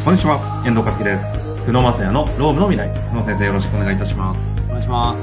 こんにちは、遠藤和樹です。久野正也のロームの未来。久野先生、よろしくお願いいたします。 お願いします。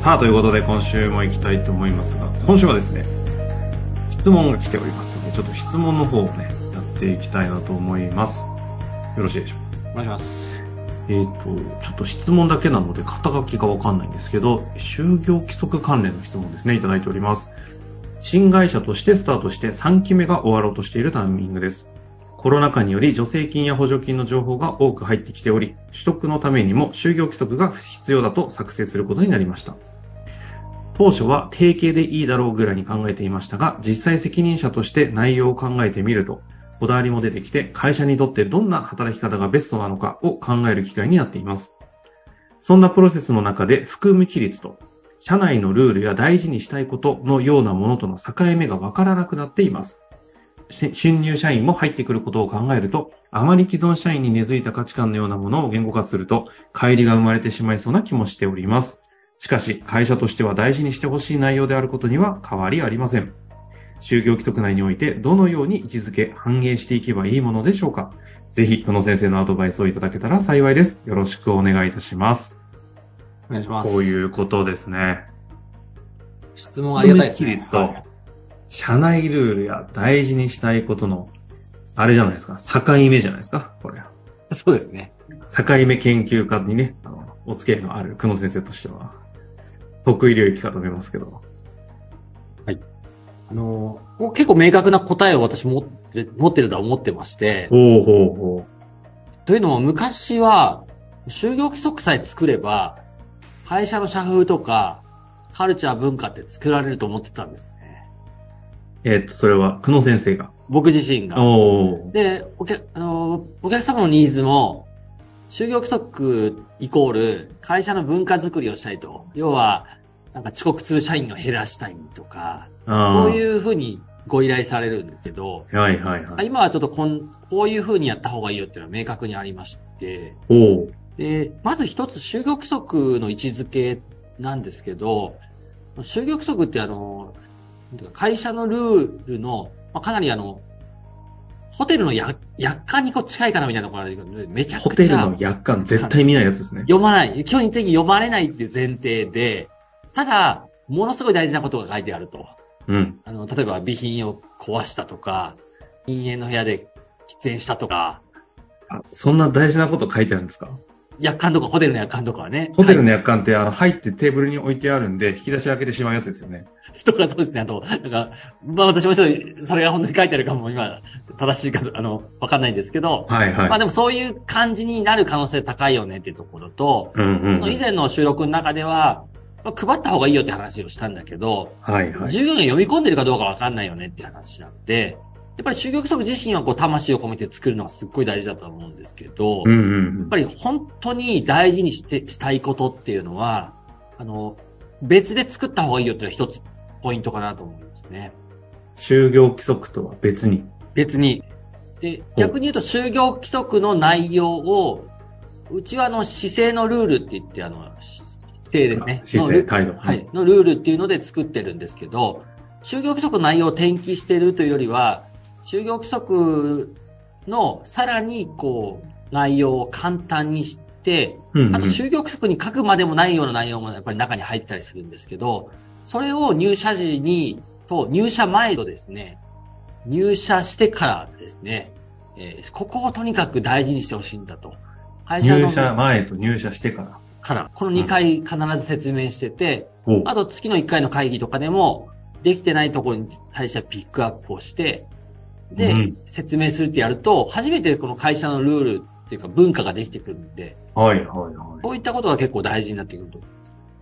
さあ、ということで今週も行きたいと思いますが、今週はですね、質問が来ておりますので、ちょっと質問の方をね、やっていきたいなと思います。よろしいでしょうか。 お願いします。 ちょっと質問だけなので肩書きがわかんないんですけど、就業規則関連の質問ですね、いただいております。新会社としてスタートして3期目が終わろうとしているタイミングです。コロナ禍により助成金や補助金の情報が多く入ってきており、取得のためにも就業規則が必要だと作成することになりました。当初は定型でいいだろうぐらいに考えていましたが、実際責任者として内容を考えてみると、こだわりも出てきて、会社にとってどんな働き方がベストなのかを考える機会になっています。そんなプロセスの中で含む規律と、社内のルールや大事にしたいことのようなものとの境目がわからなくなっています。新入社員も入ってくることを考えると、あまり既存社員に根付いた価値観のようなものを言語化すると、乖離が生まれてしまいそうな気もしております。しかし、会社としては大事にしてほしい内容であることには変わりありません。就業規則内においてどのように位置づけ、反映していけばいいものでしょうか。ぜひ、この先生のアドバイスをいただけたら幸いです。よろしくお願いいたします。 お願いします。 こういうことですね。 質問ありがたいですね。 規律と、社内ルールや大事にしたいことの、あれじゃないですか、境目じゃないですか、これ。 そうですね。 境目研究家にね、お付き合いのある久野先生としては、得意領域かと思いますけど。 はい。結構明確な答えを私持ってるとは思ってまして。 ほうほうほう。というのも昔は、就業規則さえ作れば、会社の社風とか、カルチャー文化って作られると思ってたんですね。 それは、久野先生が。 僕自身が。で、お客様のニーズも、就業規則イコール会社の文化づくりをしたいと。要は、なんか遅刻する社員を減らしたいとか、そういうふうにご依頼されるんですけど、 はいはいはい。 今はちょっとこういうふうにやった方がいいよっていうのは明確にありまして、で、まず一つ就業規則の位置づけなんですけど、就業規則って会社のルールの、かなりホテルの約款に近いかなみたいなところがあるけど、めちゃくちゃ。 ホテルの約款絶対見ないやつですね。 読まない。基本的に読まれないっていう前提で、ただ、ものすごい大事なことが書いてあると。 うん。 例えば備品を壊したとか、禁煙の部屋で喫煙したとか。 そんな大事なこと書いてあるんですか？ 約款とか、ホテルの約款とかはね。 ホテルの約款って入ってテーブルに置いてあるんで、引き出し開けてしまうやつですよね。 とかそうですね。私もちょっと、それが本当に書いてあるかも今、正しいか、わかんないんですけど。 はいはい。 でもそういう感じになる可能性高いよねっていうところと、以前の収録の中では、配った方がいいよって話をしたんだけど、 はいはい。 従業員が読み込んでるかどうかわかんないよねっていう話なんで、やっぱり就業規則自身は魂を込めて作るのがすっごい大事だと思うんですけど、やっぱり本当に大事にしたいことっていうのは、別で作った方がいいよっていうのは一つポイントかなと思いますね。 就業規則とは別に。 で、逆に言うと就業規則の内容を、うちは姿勢のルールって言って、姿勢ですね。 姿勢、態度。 はい。のルールっていうので作ってるんですけど、就業規則の内容を転記しているというよりは、就業規則のさらに内容を簡単にして、あと就業規則に書くまでもないような内容もやっぱり中に入ったりするんですけど、それを入社時と入社前とですね、入社してからですね、ここをとにかく大事にしてほしいんだと。 入社前と入社してから。 この2回必ず説明してて、あと月の1回の会議とかでも、できてないところに対してはピックアップをして、で、説明するってやると、初めてこの会社のルールっていうか文化ができてくるんで、 はいはいはい。 こういったことが結構大事になってくると思い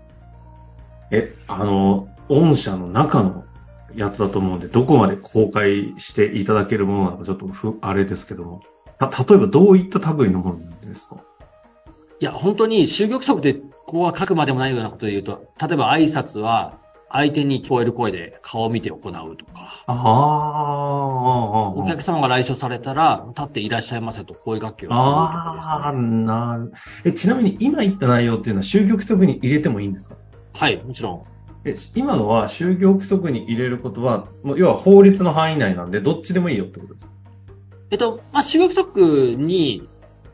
ます。御社の中のやつだと思うんで、どこまで公開していただけるものなのかちょっとあれですけども。例えばどういった類のものなんですか？ いや、本当に就業規則でここは書くまでもないようなことで言うと、例えば挨拶は相手に聞こえる声で顔を見て行うとか。お客様が来所されたら、立っていらっしゃいませと声掛けをするとかですね。 ちなみに今言った内容っていうのは就業規則に入れてもいいんですか？ はい、もちろん。 今のは就業規則に入れることは、要は法律の範囲内なんで、どっちでもいいよってことですか？ 就業規則に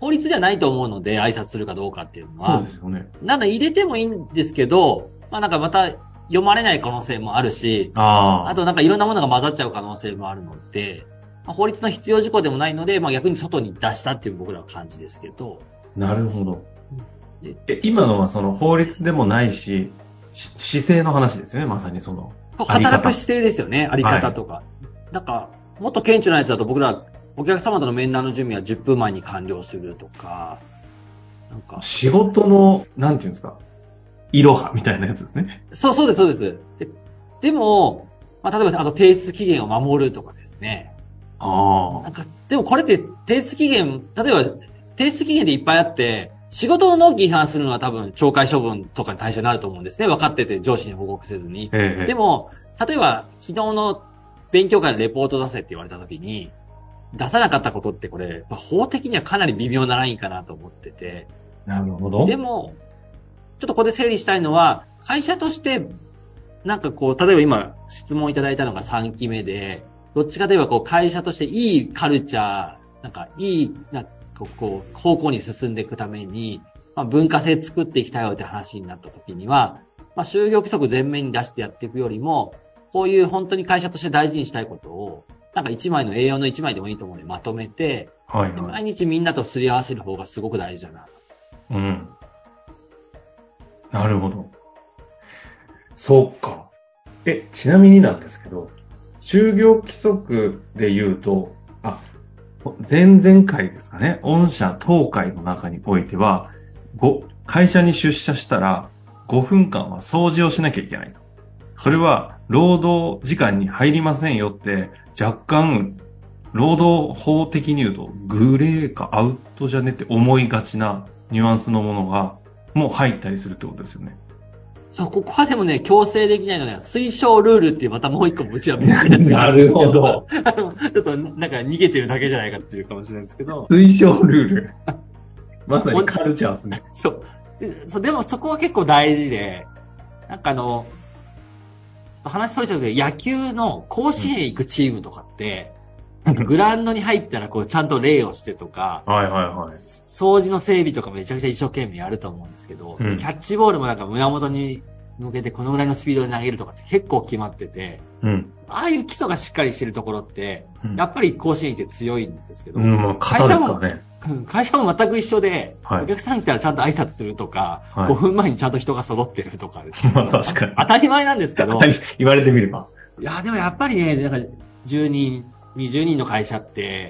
法律ではないと思うので、挨拶するかどうかっていうのは。 そうですよね。 なので入れてもいいんですけど、なんかまた読まれない可能性もあるし、 あとなんかいろんなものが混ざっちゃう可能性もあるので、法律の必要事項でもないので、逆に外に出したっていう僕らの感じですけど。 なるほど。今のはその法律でもないし、姿勢の話ですよね、まさにその。 働く姿勢ですよね、あり方とか。なんか、もっと顕著なやつだと僕ら、お客様との面談の準備は10分前に完了するとか、なんか。 仕事の、なんていうんですか、いろはみたいなやつですね。 そうです。でも、例えば、提出期限を守るとかですね。なんか、でもこれって提出期限、例えば、提出期限でいっぱいあって、仕事の納期違反するのは多分懲戒処分とかに対象になると思うんですね。分かってて上司に報告せずに。でも、例えば昨日の勉強会のレポート出せって言われた時に、出さなかったことってこれ、法的にはかなり微妙なラインかなと思ってて。 なるほど。 でも、ちょっとここで整理したいのは、会社として、なんかこう、例えば今質問いただいたのが3期目で、どっちかといえばこう会社としていいカルチャー、なんかいい、こう、方向に進んでいくために、文化性作っていきたいよって話になった時には、就業規則全面に出してやっていくよりも、こういう本当に会社として大事にしたいことを、なんか1枚の A4 の1枚でもいいと思うのでまとめて、毎日みんなとすり合わせる方がすごく大事だな。 うん。なるほど。そうか。ちなみになんですけど、就業規則で言うと、前々回ですかね、御社当会の中においては、会社に出社したら5分間は掃除をしなきゃいけないと。それは労働時間に入りませんよって、若干、労働法的に言うと、グレーかアウトじゃねって思いがちなニュアンスのものが、もう入ったりするってことですよね。 そう、ここはでもね、強制できないので、推奨ルールっていうまたもう一個もうちは別のやつがあるんですけど、ちょっとなんか逃げてるだけじゃないかっていうかもしれないんですけど。 推奨ルール。まさにカルチャーですね。 そう。でもそこは結構大事で、なんか話それちゃうけど、野球の甲子園行くチームとかって、なんかグラウンドに入ったらこうちゃんと礼をしてとか、掃除の整備とかめちゃくちゃ一生懸命やると思うんですけど、キャッチボールもなんか胸元に向けてこのぐらいのスピードで投げるとかって結構決まってて、ああいう基礎がしっかりしてるところって、やっぱり甲子園って強いんですけど、 会社も全く一緒で、お客さん来たらちゃんと挨拶するとか、5分前にちゃんと人が揃ってるとかですね。 確かに。 当たり前なんですけど。 言われてみれば。 いや、でもやっぱりね、なんか10人、20人の会社って、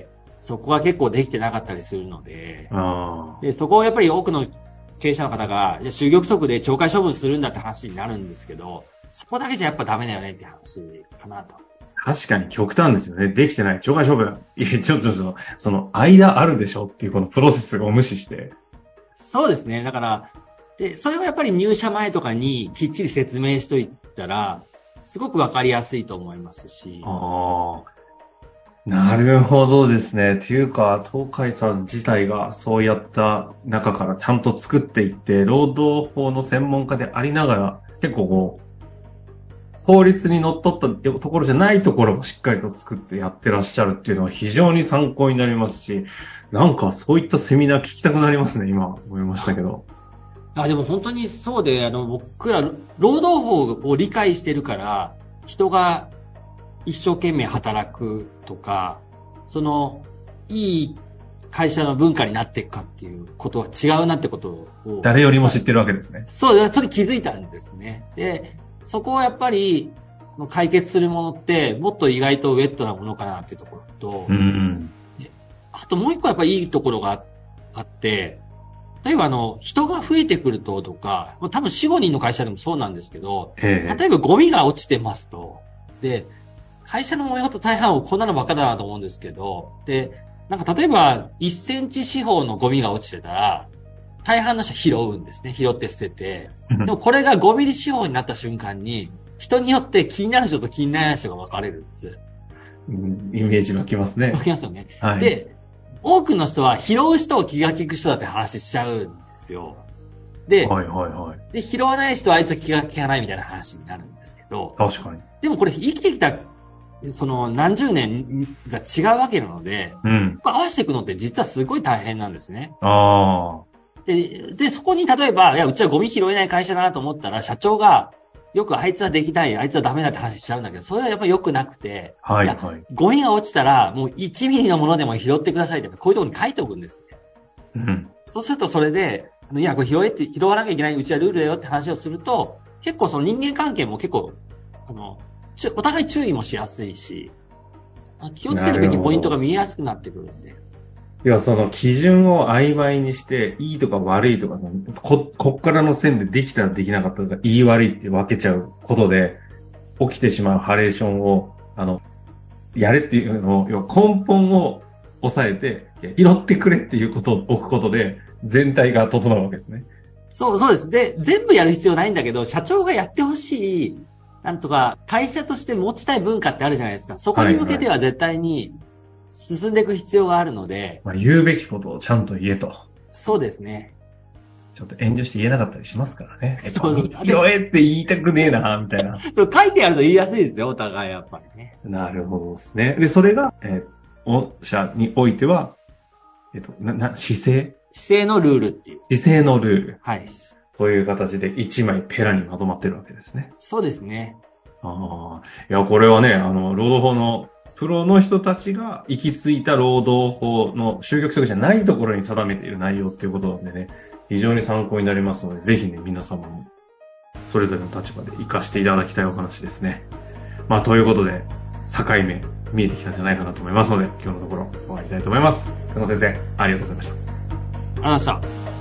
そこが結構できてなかったりするので、そこをやっぱり多くの経営者の方が、就業規則で懲戒処分するんだって話になるんですけど、そこだけじゃやっぱダメだよねって話かなと。 確かに極端ですよね。できてない。懲戒処分。ちょっとその間あるでしょっていうこのプロセスを無視して。 そうですね。だから、それをやっぱり入社前とかにきっちり説明しといたら、すごくわかりやすいと思いますし。 なるほどですね。っていうか、東海さん自体がそうやった中からちゃんと作っていって、労働法の専門家でありながら、結構こう、法律にのっとったところじゃないところもしっかりと作ってやってらっしゃるっていうのは非常に参考になりますし、なんかそういったセミナー聞きたくなりますね、今思いましたけど。 でも本当にそうで、僕ら、労働法を理解してるから、人が一生懸命働くとか、いい会社の文化になっていくかっていうことは違うなってことを。 誰よりも知ってるわけですね。 そう、それ気づいたんですね。で、そこはやっぱり解決するものってもっと意外とウェットなものかなっていうところと、あともう一個やっぱりいいところがあって、例えば人が増えてくるとか、多分4、5人の会社でもそうなんですけど、例えばゴミが落ちてますと。で、会社の模様と大半をこんなのばっかだなと思うんですけど、で、なんか例えば1センチ四方のゴミが落ちてたら、大半の人は拾うんですね。拾って捨てて。でもこれが5ミリ四方になった瞬間に、人によって気になる人と気にならない人が分かれるんです。 イメージ湧きますね。 湧きますよね。で、多くの人は拾う人を気が利く人だって話しちゃうんですよ。で、で拾わない人はあいつは気が利かないみたいな話になるんですけど。 確かに。 でもこれ生きてきたその何十年が違うわけなので、合わせていくのって実はすごい大変なんですね。で、そこに例えば、いや、うちはゴミ拾えない会社だなと思ったら、社長が、よくあいつはできない、あいつはダメだって話しちゃうんだけど、それはやっぱり良くなくて、ゴミが落ちたら、もう1ミリのものでも拾ってくださいって、こういうところに書いておくんですね。そうするとそれで、いや、これ拾わなきゃいけない、うちはルールだよって話をすると、結構その人間関係も結構、お互い注意もしやすいし、気をつけるべきポイントが見えやすくなってくるんで。 いや、その基準を曖昧にして、いいとか悪いとか、こっからの線でできたらできなかったとか、いい悪いって分けちゃうことで、起きてしまうハレーションを、やれっていうのを、根本を抑えて、拾ってくれっていうことを置くことで、全体が整うわけですね。 そうです。で、全部やる必要ないんだけど、社長がやってほしい、なんとか、会社として持ちたい文化ってあるじゃないですか。そこに向けては絶対に進んでいく必要があるので。 言うべきことをちゃんと言えと。 そうですね。 ちょっと遠慮して言えなかったりしますからね。拾えって言いたくねえな、みたいな。 そう、書いてあると言いやすいですよ、お互いやっぱりね。 なるほどですね。で、それが、御社においては、姿勢のルールっていう。 姿勢のルール。 はい。 という形で一枚ペラにまとまってるわけですね。 そうですね。 いや、これはね、労働法のプロの人たちが行き着いた労働法の就業規則じゃないところに定めている内容っていうことなんでね、非常に参考になりますので、ぜひね、皆様もそれぞれの立場で活かしていただきたいお話ですね。ということで、境目見えてきたんじゃないかなと思いますので、今日のところ終わりたいと思います。久野先生、ありがとうございました。 ありがとうございました。